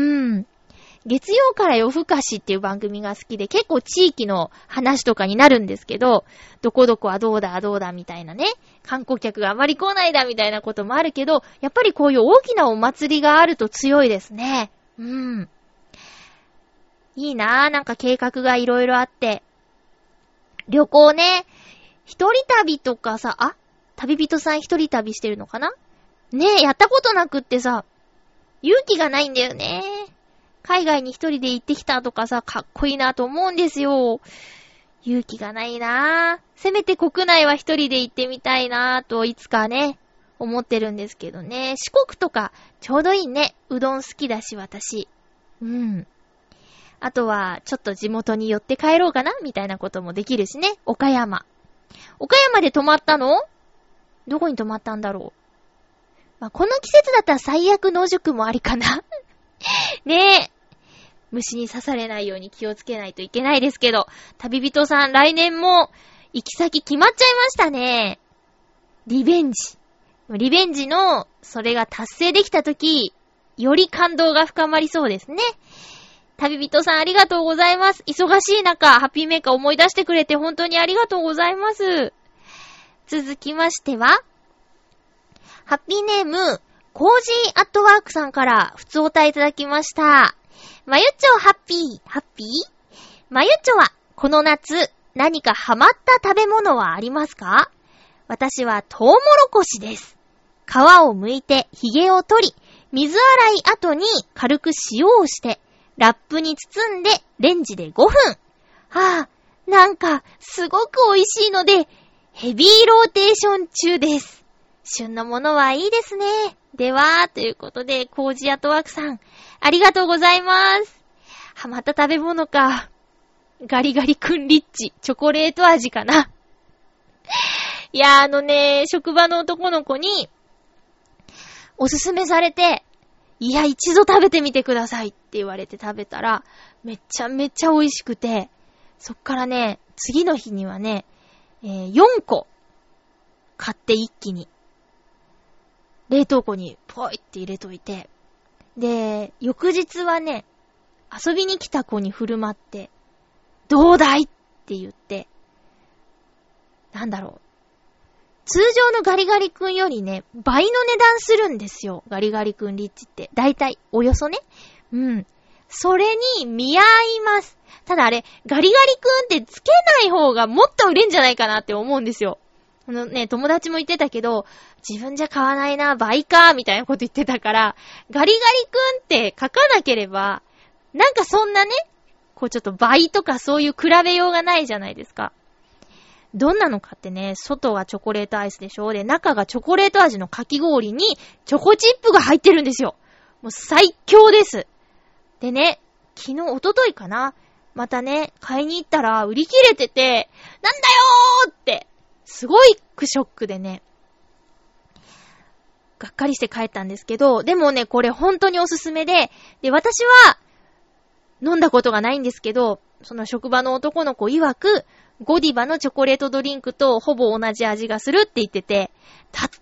月曜から夜更かしっていう番組が好きで、結構地域の話とかになるんですけど、どこどこはどうだどうだみたいなね、観光客があまり来ないだみたいなこともあるけど、やっぱりこういう大きなお祭りがあると強いですね。うん。いいなぁ、なんか計画がいろいろあって。旅行ね、一人旅とかさ、あ、旅人さん一人旅してるのかな？ねえ、やったことなくってさ、勇気がないんだよね。海外に一人で行ってきたとかさ、かっこいいなと思うんですよ。勇気がないなぁ。せめて国内は一人で行ってみたいなぁといつかね、思ってるんですけどね。四国とかちょうどいいね。うどん好きだし私。うん。あとはちょっと地元に寄って帰ろうかなみたいなこともできるしね。岡山。岡山で泊まったの？どこに泊まったんだろう。まあ、この季節だったら最悪野宿もありかな。ねえ。虫に刺されないように気をつけないといけないですけど、旅人さん来年も行き先決まっちゃいましたね。リベンジ。リベンジのそれが達成できたとき、より感動が深まりそうですね。旅人さんありがとうございます。忙しい中、ハッピーメーカー思い出してくれて本当にありがとうございます。続きましては、ハッピーネーム、コージーアットワークさんから普通お答えいただきました。まゆっちょハッピー、ハッピー？まゆっちょは、この夏、何かハマった食べ物はありますか？私はトウモロコシです。皮を剥いて、髭を取り、水洗い後に軽く塩をして、ラップに包んで、レンジでごふん。はぁ、なんか、すごく美味しいので、ヘビーローテーション中です。旬のものはいいですね。では、ということで、コージアトワークさん、ありがとうございます。ハマった食べ物か。ガリガリ君リッチ、チョコレート味かな。いや、あのね、職場の男の子に、おすすめされて、いや、一度食べてみてくださいって言われて食べたら、めちゃめちゃ美味しくて、そっからね、次の日にはね、えー、よんこ買って一気に冷凍庫にポイって入れといて、で、翌日はね、遊びに来た子に振る舞って、どうだいって言って、なんだろう。通常のガリガリ君よりね、倍の値段するんですよ。ガリガリ君リッチって。だいたい、およそね。うん。それに見合います。ただあれ、ガリガリ君ってつけない方がもっと売れんじゃないかなって思うんですよ。あのね、友達も言ってたけど、自分じゃ買わないな、倍か、みたいなこと言ってたから、ガリガリ君って書かなければ、なんかそんなね、こうちょっと倍とかそういう比べようがないじゃないですか。どんなのかってね、外がチョコレートアイスでしょ？で、中がチョコレート味のかき氷にチョコチップが入ってるんですよ。もう最強です。でね、昨日、おとといかな？またね、買いに行ったら売り切れてて、なんだよーって、すごいショックでね、がっかりして帰ったんですけど、でもね、これ本当におすすめで、で、私は飲んだことがないんですけど、その職場の男の子曰く、ゴディバのチョコレートドリンクとほぼ同じ味がするって言ってて、たったら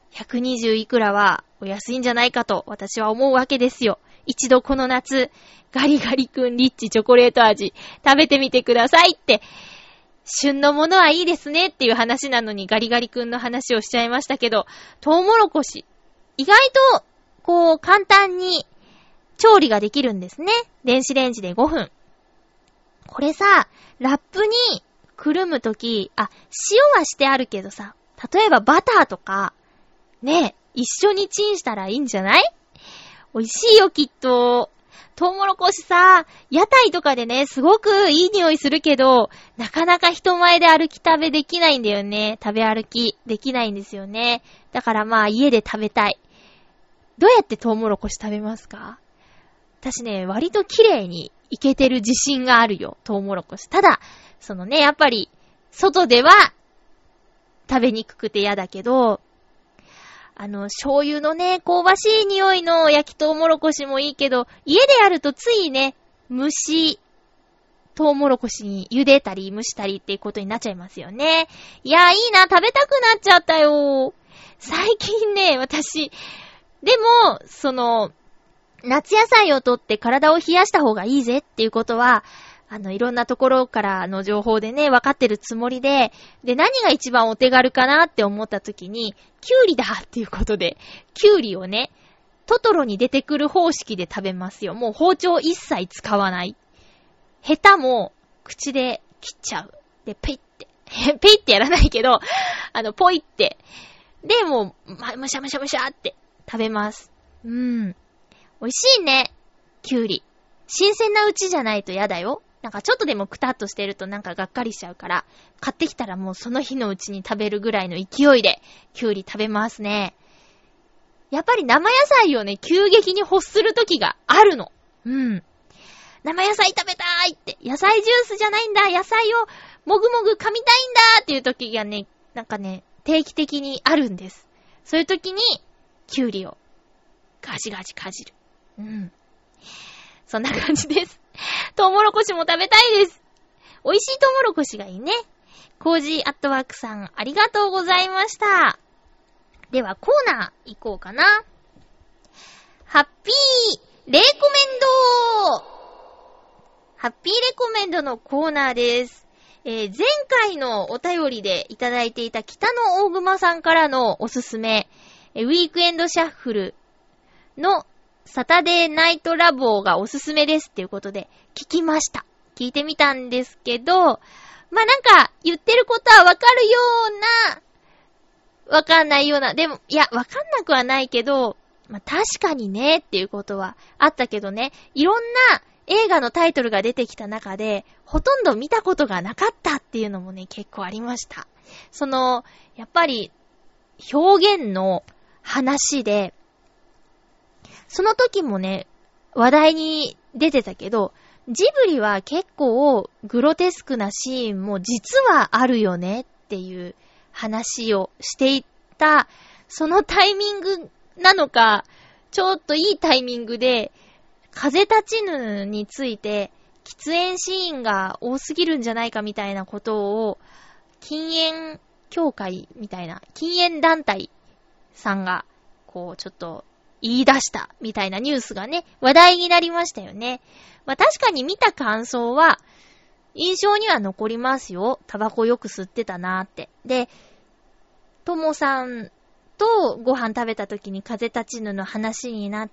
ひゃくにじゅういくらはお安いんじゃないかと私は思うわけですよ。一度この夏、ガリガリ君リッチチョコレート味食べてみてくださいって、旬のものはいいですねっていう話なのにガリガリ君の話をしちゃいましたけど、トウモロコシ、意外とこう簡単に調理ができるんですね。電子レンジでごふん。これさ、ラップにくるむとき、あ、塩はしてあるけどさ、例えばバターとか、ね、一緒にチンしたらいいんじゃない？美味しいよきっと。トウモロコシさ、屋台とかでね、すごくいい匂いするけど、なかなか人前で歩き食べできないんだよね。食べ歩きできないんですよね。だからまあ家で食べたい。どうやってトウモロコシ食べますか？私ね、割と綺麗にいけてる自信があるよ、トウモロコシ。ただ、そのね、やっぱり、外では食べにくくて嫌だけど、あの、醤油のね、香ばしい匂いの焼きトウモロコシもいいけど、家でやるとついね、蒸し、トウモロコシに茹でたり蒸したりっていうことになっちゃいますよね。いや、いいな、食べたくなっちゃったよ。最近ね、私、でも、その、夏野菜をとって体を冷やした方がいいぜっていうことは、あの、いろんなところからの情報でね、分かってるつもりで、で、何が一番お手軽かなって思った時に、キュウリだっていうことで、キュウリをね、トトロに出てくる方式で食べますよ。もう包丁一切使わない。ヘタも口で切っちゃう。で、ペイって。ペイってやらないけど、あの、ポイって。で、もう、ま、むしゃむしゃむしゃって食べます。うん。美味しいね。キュウリ。新鮮なうちじゃないと嫌だよ。なんかちょっとでもクタッとしてるとなんかがっかりしちゃうから、買ってきたらもうその日のうちに食べるぐらいの勢いでキュウリ食べますね。やっぱり生野菜をね、急激に欲する時があるの。うん。生野菜食べたいって、野菜ジュースじゃないんだ、野菜をもぐもぐ噛みたいんだっていう時がね、なんかね、定期的にあるんです。そういう時にキュウリをガジガジかじる。うん。そんな感じです。トウモロコシも食べたいです。美味しいトウモロコシがいいね。コージーアットワークさん、ありがとうございました。ではコーナー行こうかな。ハッピーレコメンドハッピーレコメンドのコーナーです。えー、前回のお便りでいただいていた北の大熊さんからのおすすめ、ウィークエンドシャッフルのサタデーナイトラボがおすすめですっていうことで聞きました。聞いてみたんですけど、まあ、なんか言ってることはわかるような、わかんないような、でも、いや、わかんなくはないけど、まあ、確かにねっていうことはあったけどね、いろんな映画のタイトルが出てきた中で、ほとんど見たことがなかったっていうのもね、結構ありました。その、やっぱり、表現の話で、その時もね、話題に出てたけど、ジブリは結構グロテスクなシーンも実はあるよねっていう話をしていた、そのタイミングなのか、ちょっといいタイミングで、風立ちぬについて喫煙シーンが多すぎるんじゃないかみたいなことを、禁煙協会みたいな、禁煙団体さんが、こうちょっと、言い出したみたいなニュースがね、話題になりましたよね。まあ確かに見た感想は、印象には残りますよ。タバコよく吸ってたなーって。で、ともさんとご飯食べた時に風立ちぬの話になって、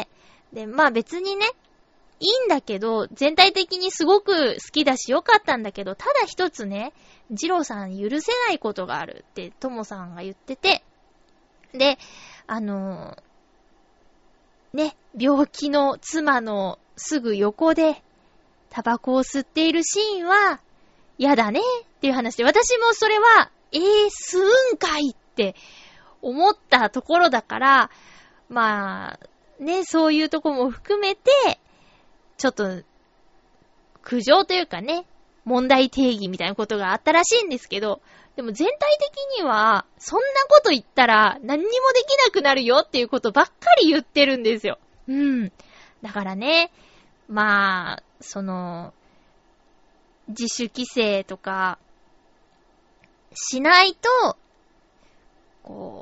で、まあ別にね、いいんだけど、全体的にすごく好きだし良かったんだけど、ただ一つね、ジローさん許せないことがあるってともさんが言ってて、で、あのー、ね、病気の妻のすぐ横でタバコを吸っているシーンは嫌だねっていう話で、私もそれはえー、吸うんかいって思ったところだから、まあね、そういうとこも含めてちょっと苦情というかね、問題定義みたいなことがあったらしいんですけど、でも全体的にはそんなこと言ったら何にもできなくなるよっていうことばっかり言ってるんですよ。うん。だからね、まあその自主規制とかしないとこ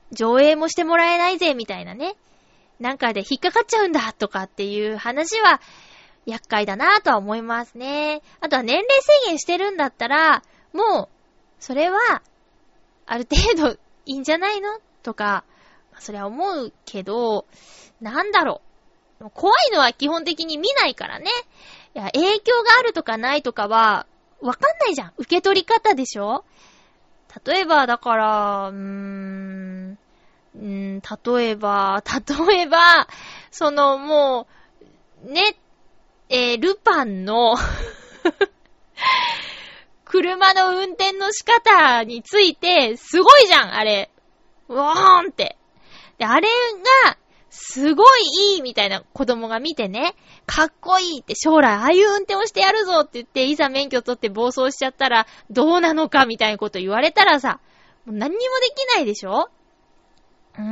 上映もしてもらえないぜみたいなね。なんかで引っかかっちゃうんだとかっていう話は厄介だなとは思いますね。あとは年齢制限してるんだったら、もう、それは、ある程度いいんじゃないのとか、それは思うけど、なんだろう。怖いのは基本的に見ないからね。いや、影響があるとかないとかは、わかんないじゃん。受け取り方でしょ？例えば、だから、うーん、うーん、例えば、例えば、その、もう、ね、えー、ルパンの、車の運転の仕方について、すごいじゃん、あれ。うわーんって。で、あれが、すごいいいみたいな子供が見てね、かっこいいって将来ああいう運転をしてやるぞって言って、いざ免許取って暴走しちゃったらどうなのかみたいなこと言われたらさ、もう何にもできないでしょ？うん。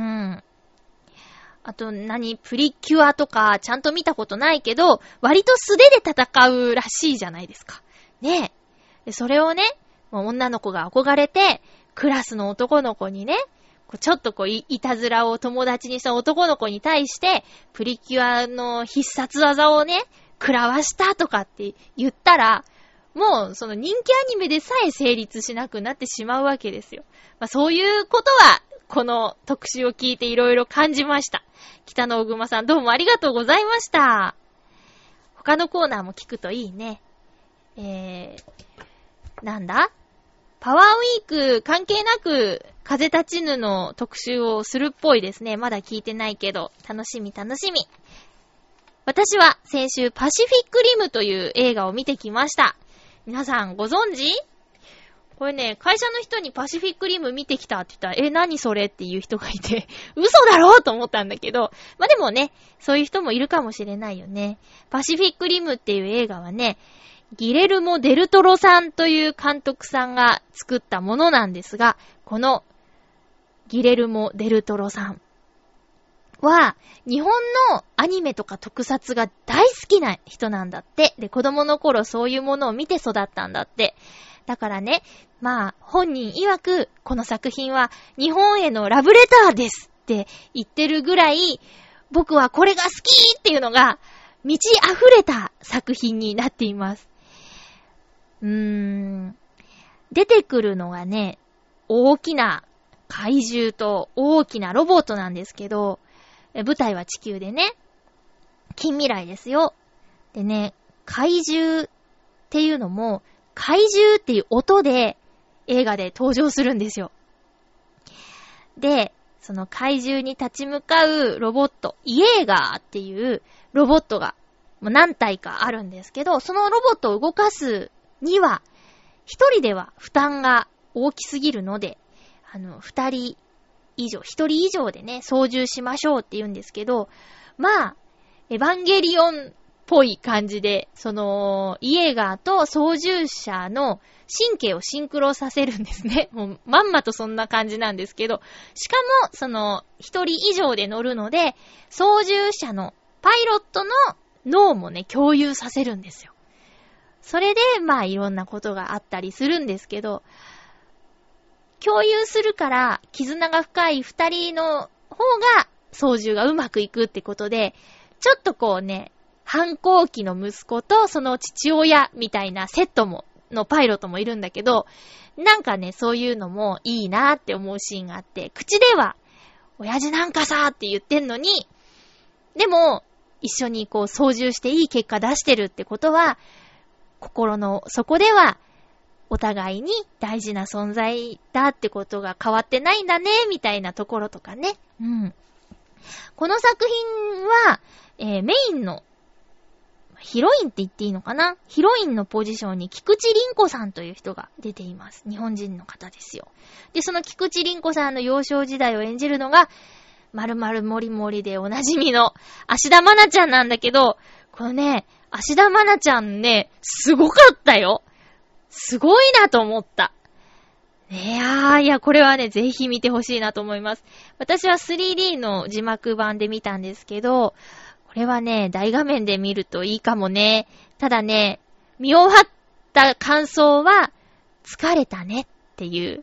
あと何プリキュアとかちゃんと見たことないけど、割と素手で戦うらしいじゃないですか。ねえ。でそれをね、もう女の子が憧れて、クラスの男の子にね、ちょっとこうい、いたずらを友達にした男の子に対して、プリキュアの必殺技をね、食らわしたとかって言ったら、もうその人気アニメでさえ成立しなくなってしまうわけですよ。まあそういうことは、この特集を聞いていろいろ感じました。北の小熊さんどうもありがとうございました。他のコーナーも聞くといいね。えー、なんだ？パワーウィーク関係なく風立ちぬの特集をするっぽいですね。まだ聞いてないけど、楽しみ楽しみ。私は先週パシフィックリムという映画を見てきました。皆さんご存知？これね、会社の人にパシフィックリム見てきたって言ったら、え、何それっていう人がいて、嘘だろうと思ったんだけど、まあ、でもね、そういう人もいるかもしれないよね。パシフィックリムっていう映画はね、ギレルモ・デルトロさんという監督さんが作ったものなんですが、このギレルモ・デルトロさんは日本のアニメとか特撮が大好きな人なんだって。で、子供の頃そういうものを見て育ったんだって。だからね、まあ本人曰くこの作品は日本へのラブレターですって言ってるぐらい、僕はこれが好きっていうのが満ち溢れた作品になっています。うーん。出てくるのがね、大きな怪獣と大きなロボットなんですけど、舞台は地球でね、近未来ですよ。でね、怪獣っていうのも、怪獣っていう音で映画で登場するんですよ。で、その怪獣に立ち向かうロボット、イエーガーっていうロボットがもう何体かあるんですけど、そのロボットを動かすには、一人では負担が大きすぎるので、あの、二人以上、一人以上でね、操縦しましょうって言うんですけど、まあ、エヴァンゲリオンっぽい感じで、その、イエーガーと操縦者の神経をシンクロさせるんですね。もう、まんまとそんな感じなんですけど、しかも、その、一人以上で乗るので、操縦者のパイロットの脳もね、共有させるんですよ。それで、まあ、いろんなことがあったりするんですけど、共有するから、絆が深い二人の方が、操縦がうまくいくってことで、ちょっとこうね、反抗期の息子とその父親みたいなセットも、のパイロットもいるんだけど、なんかね、そういうのもいいなって思うシーンがあって、口では、親父なんかさーって言ってんのに、でも、一緒にこう操縦していい結果出してるってことは、心の底では、お互いに大事な存在だってことが変わってないんだね、みたいなところとかね。うん。この作品は、えー、メインの、ヒロインって言っていいのかな？ヒロインのポジションに菊池凛子さんという人が出ています。日本人の方ですよ。で、その菊池凛子さんの幼少時代を演じるのが、まるまるもりもりでおなじみの芦田愛菜ちゃんなんだけど、このね、芦田愛菜ちゃんね、すごかったよ。すごいなと思った。いやー、いや、これはね、ぜひ見てほしいなと思います。私は スリーディー の字幕版で見たんですけど、これはね、大画面で見るといいかもね。ただね、見終わった感想は、疲れたねっていう。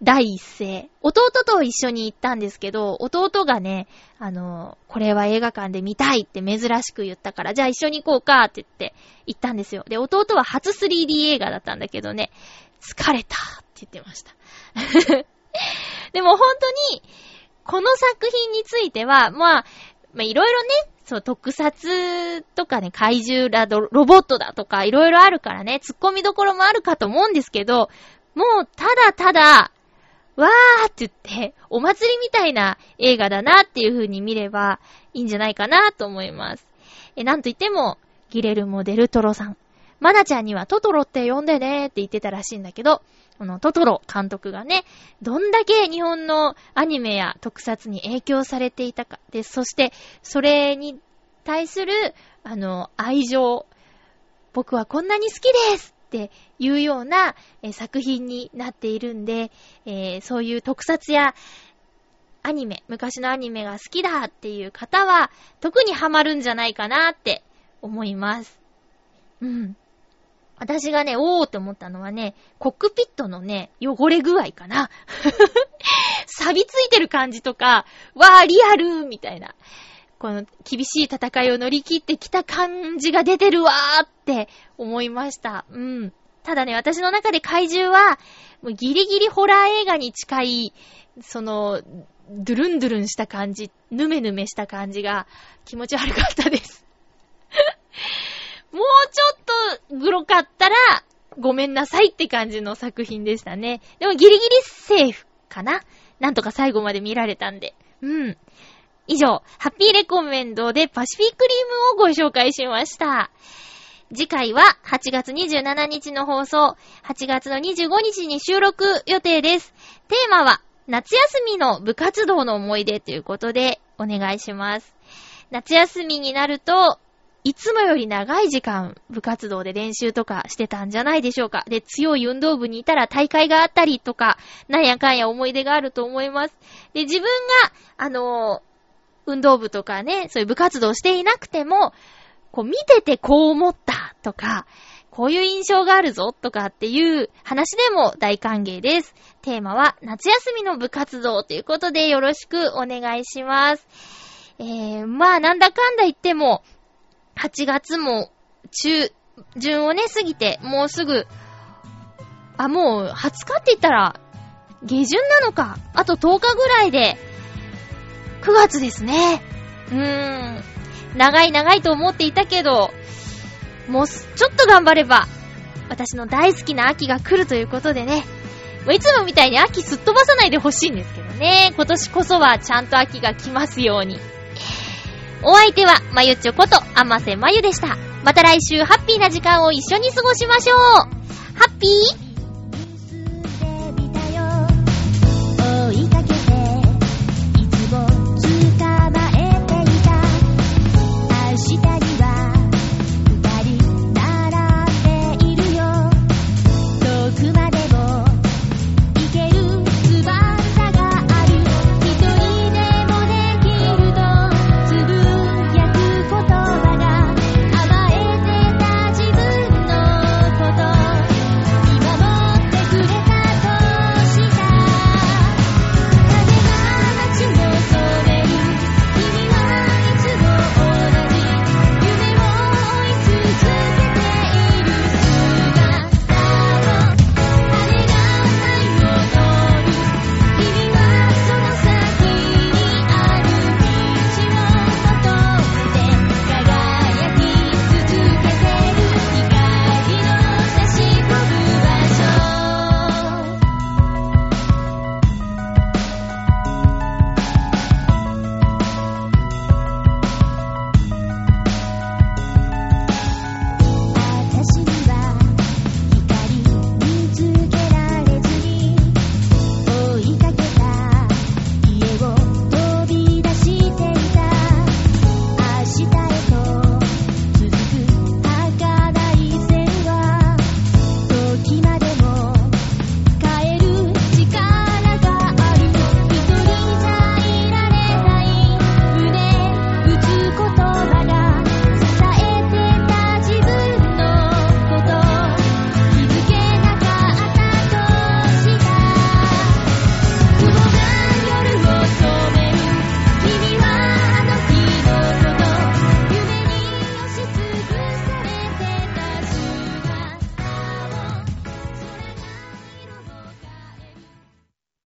第一声。弟と一緒に行ったんですけど、弟がね、あの、これは映画館で見たいって珍しく言ったから、じゃあ一緒に行こうかって言って行ったんですよ。で、弟は初 スリーディー 映画だったんだけどね、疲れたって言ってました。でも本当に、この作品については、まあ、まあいろいろね、そう、特撮とかね、怪獣だ、ロボットだとかいろいろあるからね、突っ込みどころもあるかと思うんですけど、もうただただ、わーって言って、お祭りみたいな映画だなっていう風に見ればいいんじゃないかなと思います。え、なんと言っても、ギレルモ・デルトロさん。マナちゃんにはトトロって呼んでねって言ってたらしいんだけど、このトトロ監督がね、どんだけ日本のアニメや特撮に影響されていたか。で、そして、それに対する、あの、愛情。僕はこんなに好きですっていうような、えー、作品になっているんで、えー、そういう特撮やアニメ、昔のアニメが好きだっていう方は特にハマるんじゃないかなって思います。うん。私がね、おーって思ったのはね、コックピットのね、汚れ具合かな。錆びついてる感じとか、わーリアルみたいな。この厳しい戦いを乗り切ってきた感じが出てるわーって思いました。うん。ただね、私の中で怪獣は、もうギリギリホラー映画に近い、その、ドゥルンドゥルンした感じ、ヌメヌメした感じが気持ち悪かったです。もうちょっとグロかったら、ごめんなさいって感じの作品でしたね。でもギリギリセーフかな？なんとか最後まで見られたんで。うん。以上、ハッピーレコメンドでパシフィックリームをご紹介しました。次回ははちがつにじゅうしちにちの放送、はちがつのにじゅうごにちに収録予定です。テーマは、夏休みの部活動の思い出ということでお願いします。夏休みになると、いつもより長い時間部活動で練習とかしてたんじゃないでしょうか。で、強い運動部にいたら大会があったりとか、なんやかんや思い出があると思います。で、自分が、あのー、運動部とかね、そういう部活動していなくても、こう見ててこう思ったとか、こういう印象があるぞとかっていう話でも大歓迎です。テーマは夏休みの部活動ということでよろしくお願いします。えー、まあなんだかんだ言っても、はちがつも中旬をね過ぎて、もうすぐ、あ、もうはつかって言ったら下旬なのか。あととおかぐらいでくがつですね。うーん。長い長いと思っていたけど、もうちょっと頑張れば、私の大好きな秋が来るということでね。もういつもみたいに秋すっ飛ばさないでほしいんですけどね。今年こそはちゃんと秋が来ますように。お相手は、まゆちょこと、あませまゆでした。また来週ハッピーな時間を一緒に過ごしましょう。ハッピー